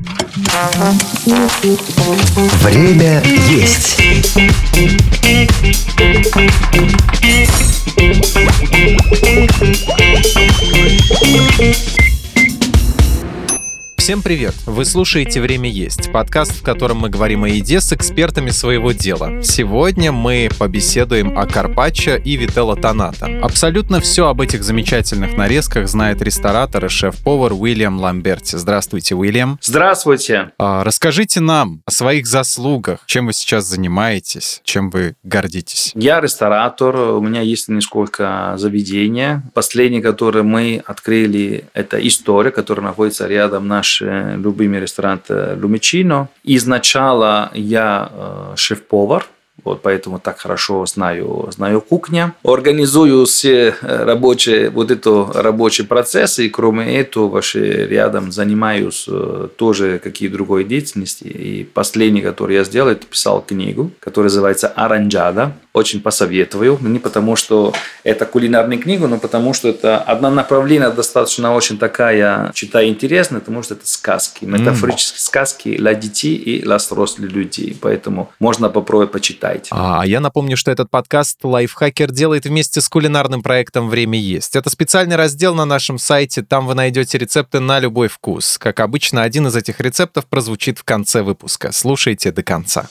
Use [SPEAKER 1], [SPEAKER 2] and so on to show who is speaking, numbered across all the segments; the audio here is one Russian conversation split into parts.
[SPEAKER 1] Время есть.
[SPEAKER 2] Всем привет! Вы слушаете «Время есть» — подкаст, в котором мы говорим о еде с экспертами своего дела. Сегодня мы побеседуем о карпаччо и вителла тонната. Абсолютно все об этих замечательных нарезках знает ресторатор и шеф-повар Уильям Ламберти. Здравствуйте, Уильям.
[SPEAKER 3] Здравствуйте.
[SPEAKER 2] Расскажите нам о своих заслугах. Чем вы сейчас занимаетесь? Чем вы гордитесь?
[SPEAKER 3] Я ресторатор. У меня есть несколько заведений. Последнее, которое мы открыли, это «История», которая находится рядом наш любимый ресторан Lumicino. Изначально я шеф-повар, вот поэтому так хорошо знаю кухню. Организую все рабочие процессы, и кроме этого вообще рядом занимаюсь тоже какие другой деятельности. И последний, который я сделал, это писал книгу, которая называется «Оранжада». Очень посоветую. Не потому, что это кулинарная книга, но потому, что это одно направление достаточно очень такая, читаю, интересная, потому что это сказки, метафорические сказки для детей и для взрослых людей. Поэтому можно попробовать почитать.
[SPEAKER 2] А я напомню, что этот подкаст «Лайфхакер» делает вместе с кулинарным проектом «Время есть». Это специальный раздел на нашем сайте, там вы найдете рецепты на любой вкус. Как обычно, один из этих рецептов прозвучит в конце выпуска. Слушайте до конца.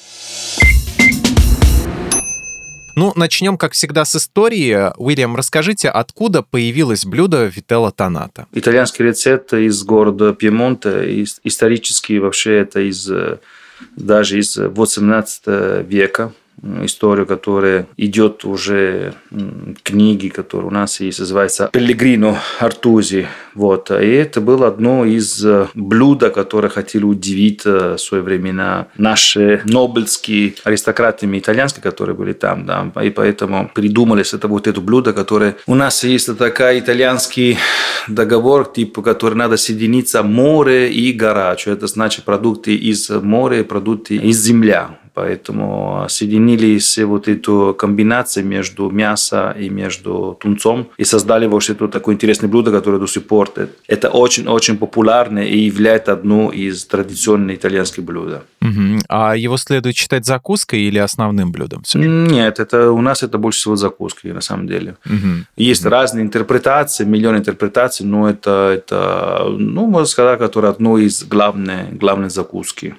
[SPEAKER 2] Начнем, как всегда, с истории. Уильям, расскажите, откуда появилось блюдо вителла тонната?
[SPEAKER 3] Итальянский рецепт из города Пьемонта. Исторически вообще это даже из 18 века. Историю, которая идет уже книги, которые у нас есть, называется «Пеллегрино Артузи». Вот. И это было одно из блюд, которые хотели удивить в свои времена наши нобелевские аристократы итальянские, которые были там. Да. И поэтому придумали это блюдо, которое... У нас есть такой итальянский договор, который надо соединиться море и гора. Что это значит? Продукты из моря, продукты из земли. Поэтому соединили эту комбинацию между мясом и между тунцом и создали такое интересное блюдо, которое до сих пор это очень-очень популярное и является одним из традиционных итальянских блюд.
[SPEAKER 2] Угу. А его следует считать закуской или основным блюдом?
[SPEAKER 3] Нет, у нас это больше всего закуской на самом деле. Угу. Есть разные интерпретации, миллион интерпретаций, но это можно сказать, которое одно из главных закуски.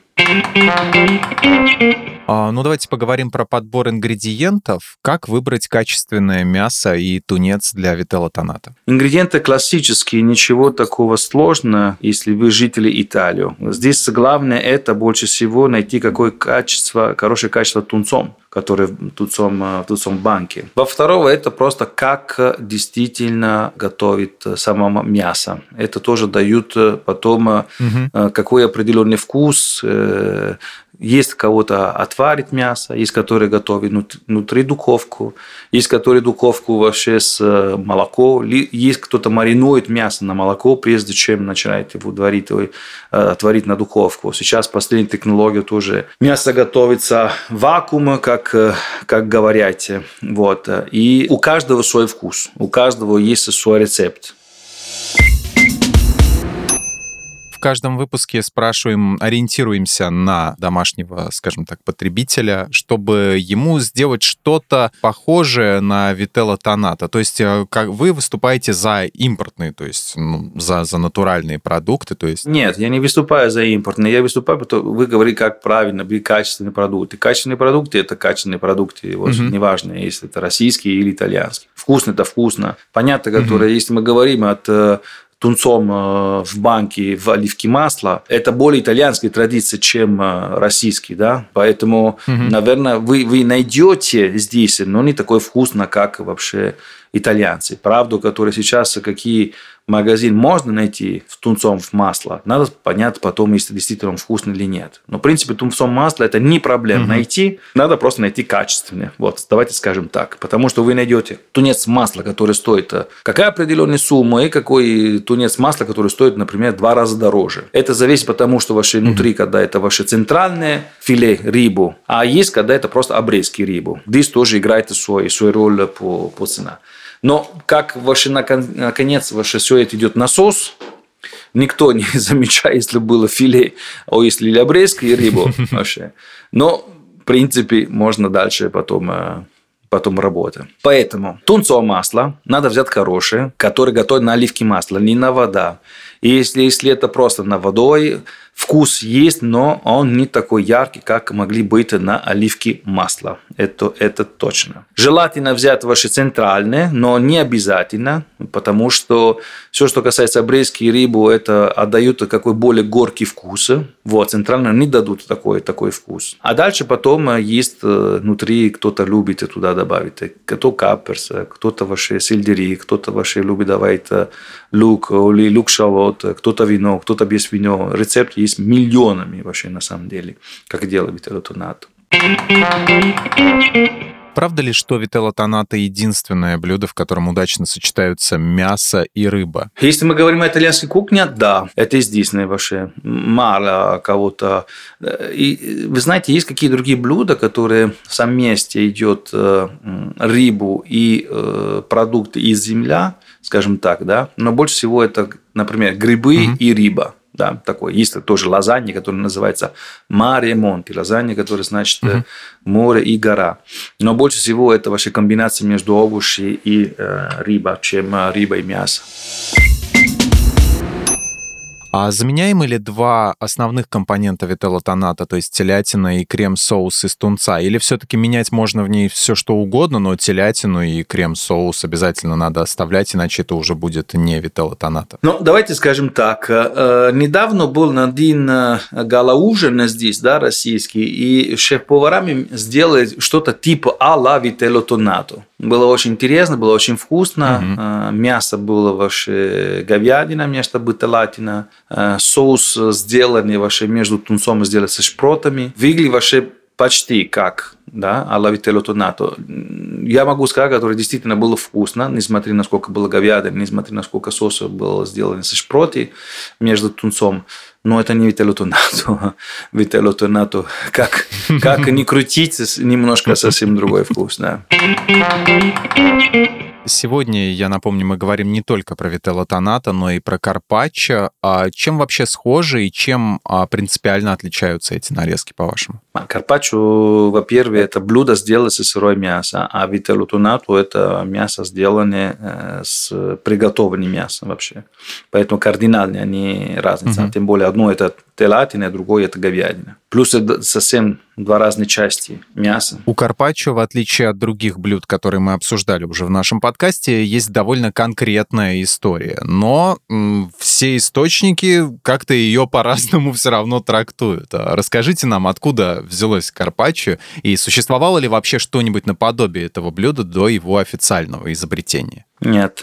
[SPEAKER 2] Давайте поговорим про подбор ингредиентов. Как выбрать качественное мясо и тунец для вителла тонната?
[SPEAKER 3] Ингредиенты классические, ничего такого сложного, если вы жители Италии. Здесь главное это больше всего найти хорошее качество тунцом, который в тунцом банке. Во-вторых, это просто как действительно готовить само мясо. Это тоже дает потом какой определенный вкус. Есть кого-то отварит мясо, есть которые готовят внутри духовку, есть которые духовку вообще с молоком, есть кто-то маринует мясо на молоко, прежде чем начинает его отварить на духовку. Сейчас последняя технология тоже. Мясо готовится в вакууме, как говорят. Вот. И у каждого свой вкус, у каждого есть свой рецепт.
[SPEAKER 2] В каждом выпуске ориентируемся на домашнего, скажем так, потребителя, чтобы ему сделать что-то похожее на вителла тонната. То есть как вы выступаете за импортные, то есть за натуральные продукты? То есть...
[SPEAKER 3] Нет, я не выступаю за импортные. Я выступаю, потому вы говорите, как правильно быть качественные продукты. Качественные продукты – это качественные продукты. Вот, неважно, если это российские или итальянские. Вкусно – это вкусно. Понятно, если мы говорим от тунцом в банке в оливке масла, это более итальянская традиция, чем российский, да, поэтому, наверное, вы найдете здесь, но не такой вкусно, как вообще итальянцы. Правду, которые сейчас какие магазин можно найти в тунцом в масло, надо понять потом, если действительно он вкусный или нет. Но, в принципе, тунцом масло – это не проблема найти, надо просто найти качественное. Вот, давайте скажем так. Потому что вы найдете тунец масла, который стоит какая определенная сумма, и какой тунец масла, который стоит, например, 2 раза дороже. Это зависит потому, что ваши внутри, когда это ваше центральное филе рыбу, а есть, когда это просто обрезки рыбу. Здесь тоже играет свою роль по цене. Но как ваше, наконец, ваше все это идет на соус, никто не замечает, если было филе, если обрезки и рыбу вообще. Но, в принципе, можно дальше потом работать. Поэтому тунцовое масло надо взять хорошее, которое готовят на оливке масла, не на вода. И если это просто на водой, вкус есть, но он не такой яркий, как могли быть на оливке масла. Это точно. Желательно взять ваши центральные, но не обязательно, потому что все, что касается обрезки и рыбы, это отдают такой более горький вкус. Вот, центрально не дадут такой вкус. А дальше потом есть внутри, кто-то любит туда добавить. Кто каперс, кто-то ваши сельдерей, кто-то ваши любит добавить лук или лук-шалот, кто-то вино, кто-то без вина. Рецепт есть миллионами вообще на самом деле, как делать вителло тонато.
[SPEAKER 2] Правда ли, что вителло тонато единственное блюдо, в котором удачно сочетаются мясо и рыба?
[SPEAKER 3] Если мы говорим о итальянской кухне, да, это единственное вообще. Мало кого-то. И вы знаете, есть какие другие блюда, которые в самом месте идет рыбу и продукты из земли, скажем так, да. Но больше всего это, например, грибы и рыба. Да, такой. Есть тоже лазанья, которая называется Маре Монти. Лазанья, которая значит море и гора. Но больше всего это вообще комбинация между овощи и рыба, чем рыба и мясо.
[SPEAKER 2] А заменяемы ли два основных компонента вителло тонато, то есть телятина и крем-соус из тунца? Или все-таки менять можно в ней все, что угодно, но телятину и крем-соус обязательно надо оставлять, иначе это уже будет не вителло тонато?
[SPEAKER 3] Ну, давайте скажем так. Недавно был один гала-ужин здесь, да, российский, и шеф-поварами сделали что-то типа а-ла вителло тонато. Было очень интересно, было очень вкусно. Мясо было вообще говядина, вместо бутылатина. Соус сделанный вообще между тунцом сделан со шпротами. Выглядит вообще почти как, да, а-ла вителло тонато. Я могу сказать, которое действительно было вкусно, несмотря на сколько было говядины, несмотря на сколько соуса было сделано со шпроти между тунцом. Но это не вителло тонато. Вителло тонато, как ни крутить, немножко совсем другой вкус, да.
[SPEAKER 2] Сегодня, я напомню, мы говорим не только про вителло тонато, но и про карпаччо. А чем вообще схожи и чем принципиально отличаются эти нарезки, по-вашему?
[SPEAKER 3] Карпаччо, во-первых, это блюдо, сделанное из сырое мясо, а вителло тонато – это мясо, сделанное с приготовленным мясом вообще. Поэтому кардинально они разница. Тем более, одно – это телятина, другое – это говядина. Плюс это совсем два разные части мяса.
[SPEAKER 2] У карпаччо, в отличие от других блюд, которые мы обсуждали уже в нашем подкасте, есть довольно конкретная история. Но все источники как-то ее по-разному все равно трактуют. Расскажите нам, откуда взялось карпаччо и существовало ли вообще что-нибудь наподобие этого блюда до его официального изобретения?
[SPEAKER 3] Нет,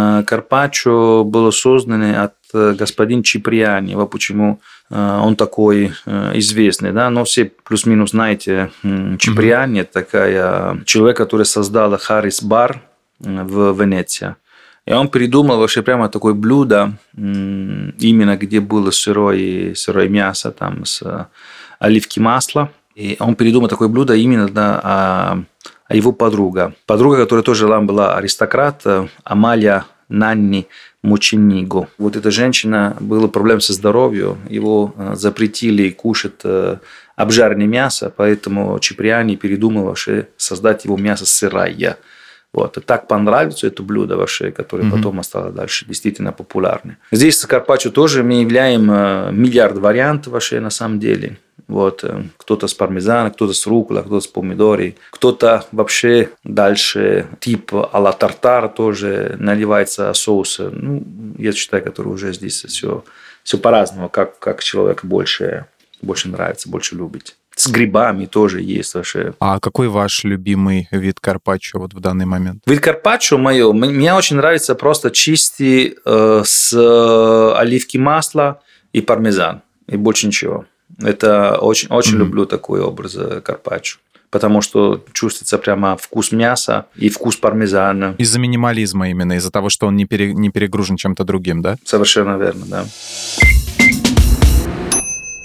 [SPEAKER 3] карпаччо было создано от господина Чиприани. Вот почему он такой известный, да, но все плюс-минус знаете, Чиприани – это такая человек, который создал Харрис Бар в Венеции. И он придумал вообще прямо такое блюдо, именно где было сырое мясо, там, с оливки масла. И он придумал такое блюдо именно а его подруга. Подруга, которая тоже была аристократ, Амалия Нанни Мучениго. Вот эта женщина, была проблема со здоровьем, его запретили кушать обжаренное мясо, поэтому Чиприани передумал вообще создать его мясо сырое. Вот. И так понравилось это блюдо вообще, которое потом стало дальше действительно популярным. Здесь с карпаччо тоже мы являем миллиард вариантов вообще на самом деле. Вот. Кто-то с пармезаном, кто-то с рукколой, кто-то с помидорой, кто-то вообще дальше тип а-ла тартар тоже наливается соусы. Ну, я считаю, который уже здесь все по-разному, как человеку больше нравится, больше любит. С грибами тоже есть вообще.
[SPEAKER 2] А какой ваш любимый вид карпаччо вот в данный момент?
[SPEAKER 3] Вид карпаччо мне очень нравится просто чистый с оливки масла и пармезан. И больше ничего. Это очень люблю такой образ карпаччо. Потому что чувствуется прямо вкус мяса и вкус пармезана.
[SPEAKER 2] Из-за минимализма именно, из-за того, что он не перегружен чем-то другим, да?
[SPEAKER 3] Совершенно верно, да.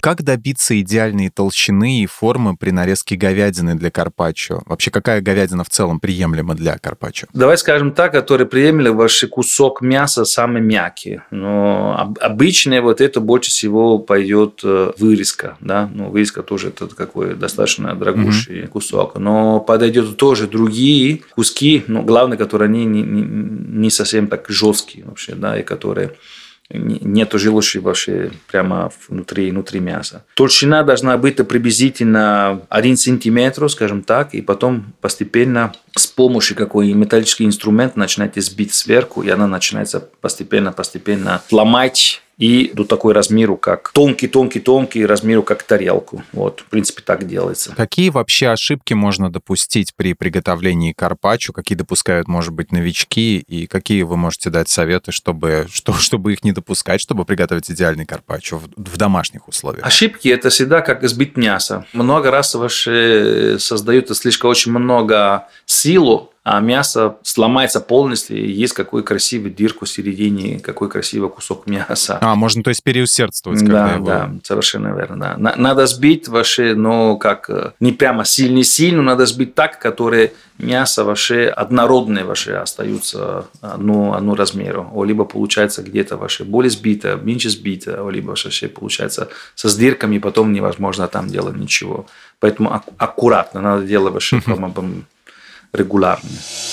[SPEAKER 2] Как добиться идеальной толщины и формы при нарезке говядины для карпаччо? Вообще, какая говядина в целом приемлема для карпаччо?
[SPEAKER 3] Давай скажем так, который приемлем, ваш кусок мяса самый мягкий. Но обычно вот это больше всего пойдет вырезка. Да? Ну, вырезка тоже это такой достаточно дорогущий кусок. Но подойдет тоже другие куски, но главное, которые они не совсем так жесткие вообще, да, и которые нету желчи вообще прямо внутри мяса. Толщина должна быть приблизительно 1 сантиметр, скажем так, и потом постепенно с помощью какой металлический инструмент начинаете сбить сверху, и она начинается постепенно ломать и до такой размеру, как тонкий размеру, как тарелку. Вот, в принципе, так делается.
[SPEAKER 2] Какие вообще ошибки можно допустить при приготовлении карпаччо? Какие допускают, может быть, новички? И какие вы можете дать советы, чтобы их не допускать, чтобы приготовить идеальный карпаччо в домашних условиях?
[SPEAKER 3] Ошибки – это всегда как сбить мясо. Много раз ваши создают слишком очень много силу, а мясо сломается полностью, и есть какой красивый дырку в середине, какой красивый кусок мяса.
[SPEAKER 2] Можно, то есть, переусердствовать, когда его...
[SPEAKER 3] Да, совершенно верно. Да. Надо сбить ваше, не прямо сильно, надо сбить так, которые мясо ваше однородное ваше остаются одну размеру. Либо получается где-то ваше более сбито, меньше сбито, либо ваше получается со дырками, и потом невозможно там делать ничего. Поэтому аккуратно надо делать ваше регулярно.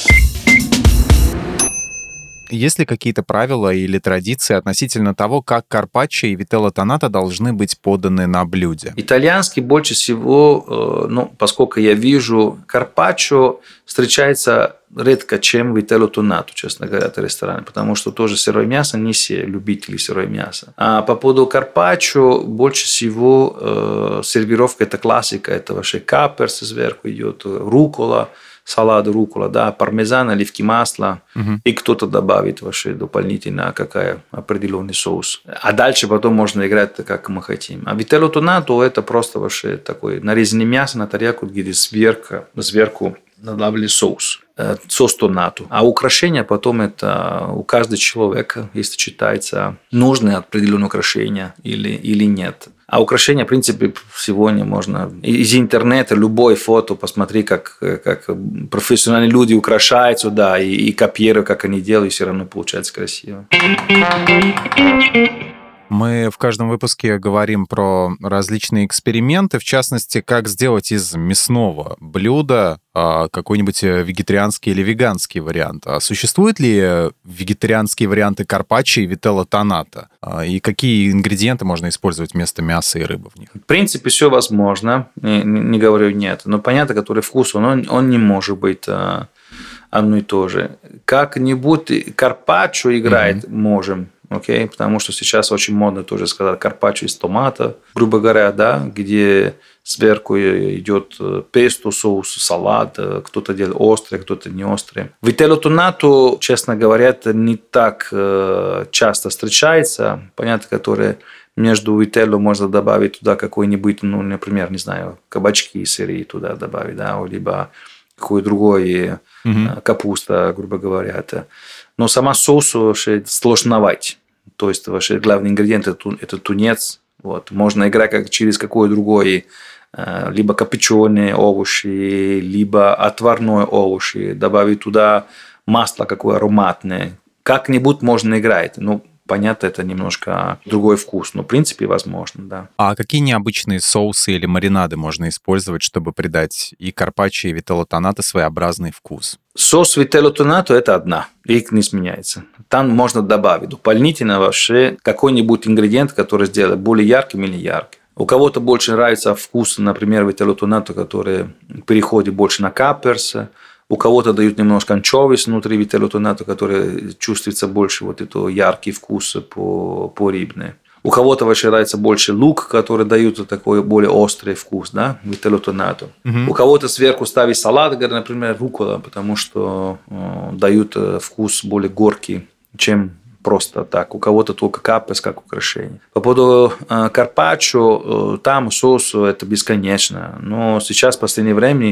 [SPEAKER 2] Есть ли какие-то правила или традиции относительно того, как карпаччо и вителла тоната должны быть поданы на блюде?
[SPEAKER 3] Итальянский больше всего, поскольку я вижу, карпаччо встречается редко, чем вителлу тонату, честно говоря, в ресторане, потому что тоже сырое мясо, не все любители сырое мясо. А по поводу карпаччо больше всего сервировка – это классика, это ваши каперсы сверху идет, рукола, салат рукола, да, пармезан, оливки масла, и кто-то добавит вообще дополнительно какая определенный соус. А дальше потом можно играть как мы хотим. А вителлу тонату это просто вообще такой нарезанное мясо на тарелку, где сверху добавили соус тонату. А украшения потом это у каждого человека, если читается, нужны определенные украшения или нет. А украшения, в принципе, сегодня можно из интернета любое фото посмотри, как профессиональные люди украшаются, да, и копируют, как они делают, и все равно получается красиво.
[SPEAKER 2] Мы в каждом выпуске говорим про различные эксперименты, в частности, как сделать из мясного блюда какой-нибудь вегетарианский или веганский вариант. А существуют ли вегетарианские варианты карпаччо и вителла тоната? И какие ингредиенты можно использовать вместо мяса и рыбы в них?
[SPEAKER 3] В принципе, все возможно, не говорю нет. Но понятно, который вкус, он не может быть одно и то же. Как-нибудь карпаччо играет можем. Окей, потому что сейчас очень модно тоже сказать карпаччо из томата, грубо говоря, да, где сверху идет песто, соус, салат, кто-то делает острый, кто-то не острый. Вителлу тонату, честно говоря, это не так часто встречается. Понятно, которые между вителлу можно добавить туда какой-нибудь, например, не знаю, кабачки сырые туда добавить, да, либо какой другой капуста, грубо говоря. Но сама соус сложновать. То есть, ваши главный ингредиент – это тунец. Вот. Можно играть как через какой другой, либо копченые овощи, либо отварные овощи. Добавить туда масло какое ароматное. Как-нибудь можно играть. Понятно, это немножко другой вкус, но в принципе возможно, да.
[SPEAKER 2] А какие необычные соусы или маринады можно использовать, чтобы придать и карпаччо, и вителла тоната своеобразный вкус?
[SPEAKER 3] Соус вителлу тонату – это одна, их не сменяется. Там можно добавить дополнительно вообще какой-нибудь ингредиент, который сделает более ярким или ярким. У кого-то больше нравится вкус, например, вителлу тонату, который переходит больше на каперсы. У кого-то дают немножко анчоус внутри вителлу тонату, который чувствуется больше вот этот яркий вкус по рыбной. У кого-то вообще нравится больше лук, который дает такой более острый вкус, да, вителлу тонату. У кого-то сверху ставить салат, например, рукола, потому что дают вкус более горький, чем просто так. У кого-то только каперс как украшение. По поводу карпаччо, там соус это бесконечно. Но сейчас в последнее время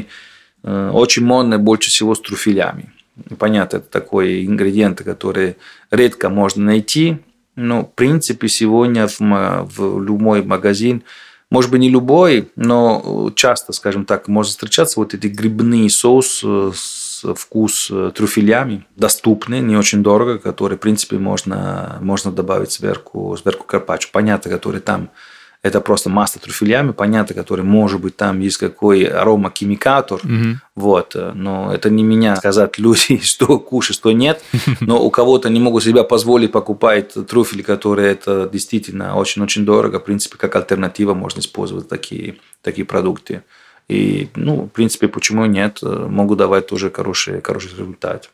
[SPEAKER 3] очень модно больше всего с трюфелями. Понятно, это такой ингредиент, который редко можно найти. Ну, в принципе, сегодня в любой магазин, может быть, не любой, но часто, скажем так, может встречаться вот эти грибные соусы с вкус трюфелями, доступны, не очень дорого, которые, в принципе, можно добавить сверху карпаччо. Понятно, которые там это просто масло трюфелями, понятно, который, может быть, там есть какой аромахимикатор, вот, но это не меня сказать люди, что кушать, что нет, но у кого-то не могут себе позволить покупать трюфели, которые это действительно очень-очень дорого, в принципе, как альтернатива можно использовать такие продукты. И, ну, в принципе, почему нет, могут давать тоже хороший результат.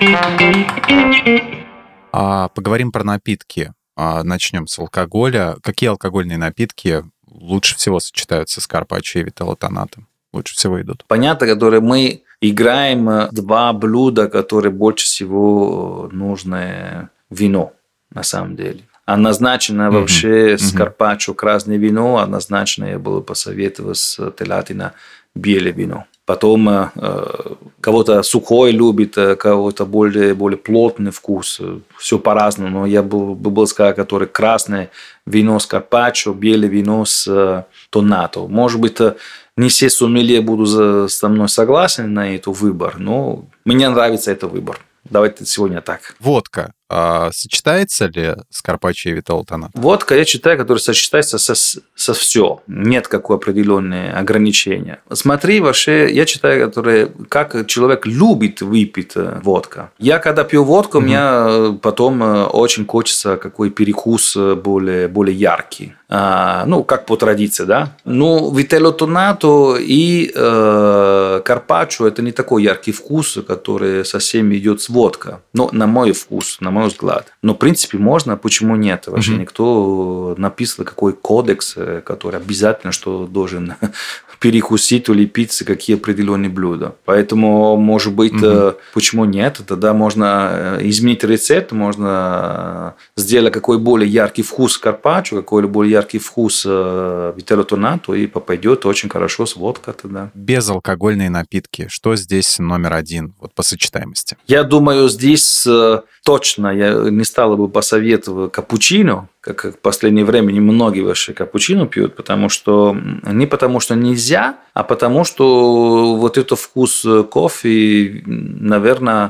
[SPEAKER 2] Поговорим про напитки. Начнем с алкоголя. Какие алкогольные напитки лучше всего сочетаются с карпаччо и вителло тонато? Лучше всего идут?
[SPEAKER 3] Понятно, которые мы играем два блюда, которые больше всего нужно вино, на самом деле. Однозначно вообще с карпаччо красное вино, однозначно я бы посоветовал с телятина белое вино. Потом кого-то сухой любит, кого-то более плотный вкус. Все по-разному. Но я был сказал, который красное вино с карпаччо, белое вино с тонато. Может быть, не все сомелье будут со мной согласны на этот выбор, но мне нравится этот выбор. Давайте сегодня так.
[SPEAKER 2] Водка сочетается ли с карпаччо и вителло тонато?
[SPEAKER 3] Водка, я считаю, которая сочетается со все. Нет какого определенного ограничения. Смотри, вообще, я считаю, как человек любит выпить водка. Я когда пью водку, у меня потом очень хочется какой перекус более яркий. Ну, как по традиции, да? Ну, вителло тонато и карпаччо – это не такой яркий вкус, который совсем идет с водкой. Но на мой вкус, на мой взгляд. Но, в принципе, можно, почему нет? Вообще никто написал какой кодекс, который обязательно что должен перекусить или пить какие определенные блюда. Поэтому, может быть, почему нет? Тогда можно изменить рецепт, можно сделать какой более яркий вкус карпаччо, какой более яркий вкус вителло тонато, и пойдет очень хорошо с водкой тогда.
[SPEAKER 2] Безалкогольные напитки. Что здесь номер один вот, по сочетаемости?
[SPEAKER 3] Я думаю, здесь точно я не стал бы посоветовать капучино, как в последнее время многие вообще капучино пьют, не потому что нельзя, а потому что вот этот вкус кофе, наверное,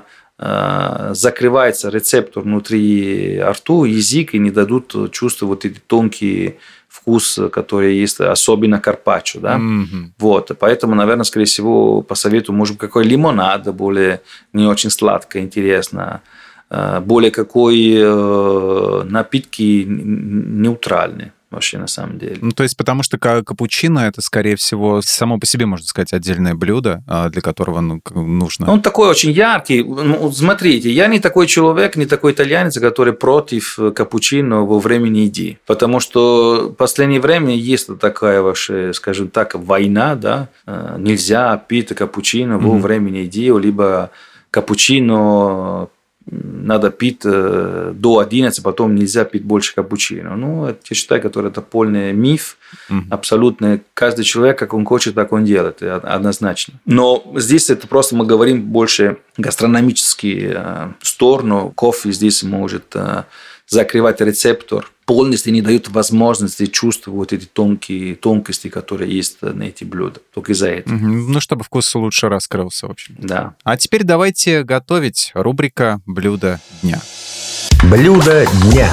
[SPEAKER 3] закрывается рецептор внутри рта, язык, и не дадут чувствовать вот эти тонкие вкус, который есть, особенно карпаччо, да? Вот, поэтому, наверное, скорее всего, посоветую, может быть, какой лимонад, более не очень сладко, интересно, более какой напитки нейтральные. Вообще, на самом деле.
[SPEAKER 2] Ну, то есть, потому что капучино – это, скорее всего, само по себе, можно сказать, отдельное блюдо, для которого нужно...
[SPEAKER 3] Он такой очень яркий. Смотрите, я не такой человек, не такой итальянец, который против капучино во время еды. Потому что в последнее время есть такая, вообще, скажем так, война, да? Нельзя пить капучино во время еды, либо капучино надо пить до 11, потом нельзя пить больше капучино. Ну, это, я считаю, это полный миф. Абсолютно. Каждый человек, как он хочет, так он делает. Однозначно. Но здесь это просто мы говорим больше гастрономический сторону. Кофе здесь может закрывать рецептор, полностью не дают возможности чувствовать эти тонкости, которые есть на эти блюда. Только из-за этого.
[SPEAKER 2] Ну, чтобы вкус лучше раскрылся, в общем.
[SPEAKER 3] Да.
[SPEAKER 2] А теперь давайте готовить. Рубрика «Блюдо дня».
[SPEAKER 1] Блюдо дня.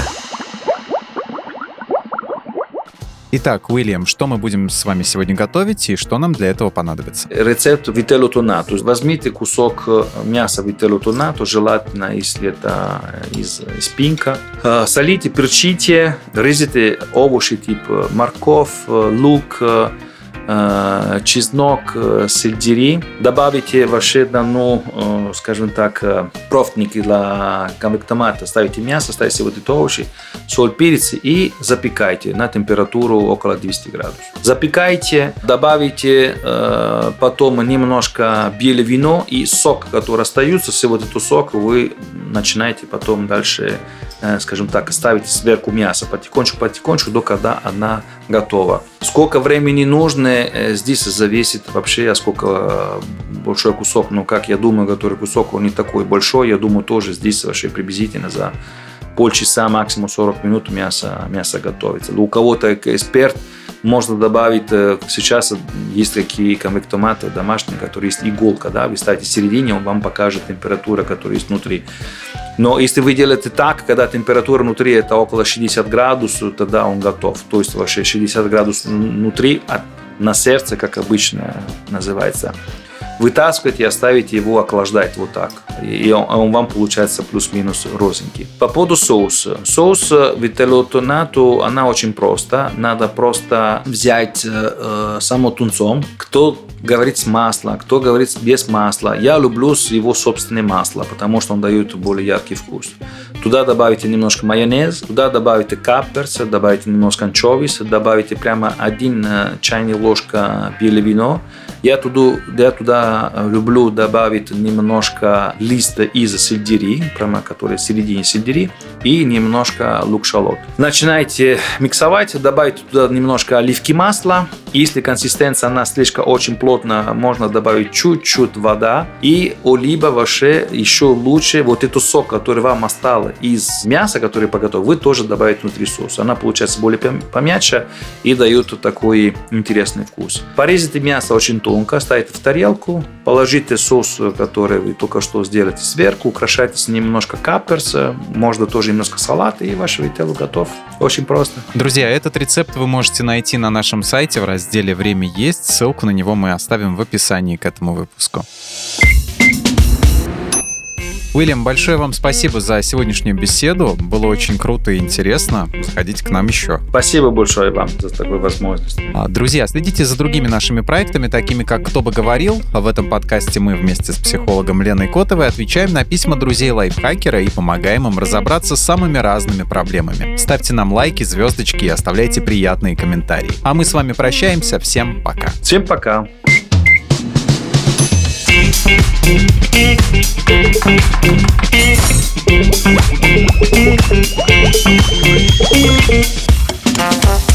[SPEAKER 2] Итак, Уильям, что мы будем с вами сегодня готовить и что нам для этого понадобится?
[SPEAKER 3] Рецепт вителло тонато. Возьмите кусок мяса вителло тонато, желательно, если это из спинка. Солите, перчите, резите овощи типа морковь, лук, чеснок, сельдерей. Добавите вообще давно, скажем так, профники для конвектомата. Ставите мясо, ставите вот эти овощи, соль, перец и запекайте на температуру около 200 градусов. Запекайте, добавите потом немножко белое вино и сок, который остается, все вот этот сок вы начинаете потом дальше, скажем так, ставить сверху мясо потихонечку, до когда она готова. Сколько времени нужно, здесь зависит вообще, а сколько большой кусок. Но как я думаю, который кусок, он не такой большой, я думаю, тоже здесь вообще приблизительно за полчаса, максимум 40 минут мясо готовится. У кого-то эксперт можно добавить, сейчас есть такие конвектоматы домашние, которые есть иголка, да, вы ставите в середине, он вам покажет температуру, которая есть внутри. Но если вы делаете так, когда температура внутри это около 60 градусов, тогда он готов. То есть вообще 60 градусов внутри, а на сердце, как обычно называется. Вытаскиваете и оставите его охлаждать вот так. И он вам получается плюс-минус розовенький. По поводу соуса. Соус вителло тонато, она очень проста. Надо просто взять само тунцом. Кто говорит с маслом, кто говорит без масла. Я люблю его собственное масло, потому что он дает более яркий вкус. Туда добавите немножко майонез, туда добавите каперс, добавите немножко анчоус, добавите прямо 1 чайная ложка белое вино. Я туда люблю добавить немножко листа из сельдерей, прямо который в середине сельдерей, и немножко лук-шалот. Начинайте миксовать, добавить туда немножко оливки масла. Если консистенция она слишком очень плотная, можно добавить чуть-чуть вода. И олива вообще еще лучше. Вот этот сок, который вам остался из мяса, который приготовил, вы тоже добавите внутри соуса. Она получается более помягче и дает такой интересный вкус. Порезайте мясо очень тонко, ставите в тарелку, положите соус, который вы только что сделали сверху, украшайте с ним немножко каперса, можно тоже немножко салата, и ваш вителло готов. Очень просто.
[SPEAKER 2] Друзья, этот рецепт вы можете найти на нашем сайте в разделе «Время есть». Ссылку на него мы оставим в описании к этому выпуску. Уильям, большое вам спасибо за сегодняшнюю беседу. Было очень круто и интересно. Заходите к нам еще.
[SPEAKER 3] Спасибо большое вам за такую возможность.
[SPEAKER 2] Друзья, следите за другими нашими проектами, такими как «Кто бы говорил». В этом подкасте мы вместе с психологом Леной Котовой отвечаем на письма друзей лайфхакера и помогаем им разобраться с самыми разными проблемами. Ставьте нам лайки, звездочки и оставляйте приятные комментарии. А мы с вами прощаемся. Всем пока.
[SPEAKER 3] Всем пока.
[SPEAKER 4] Thank you.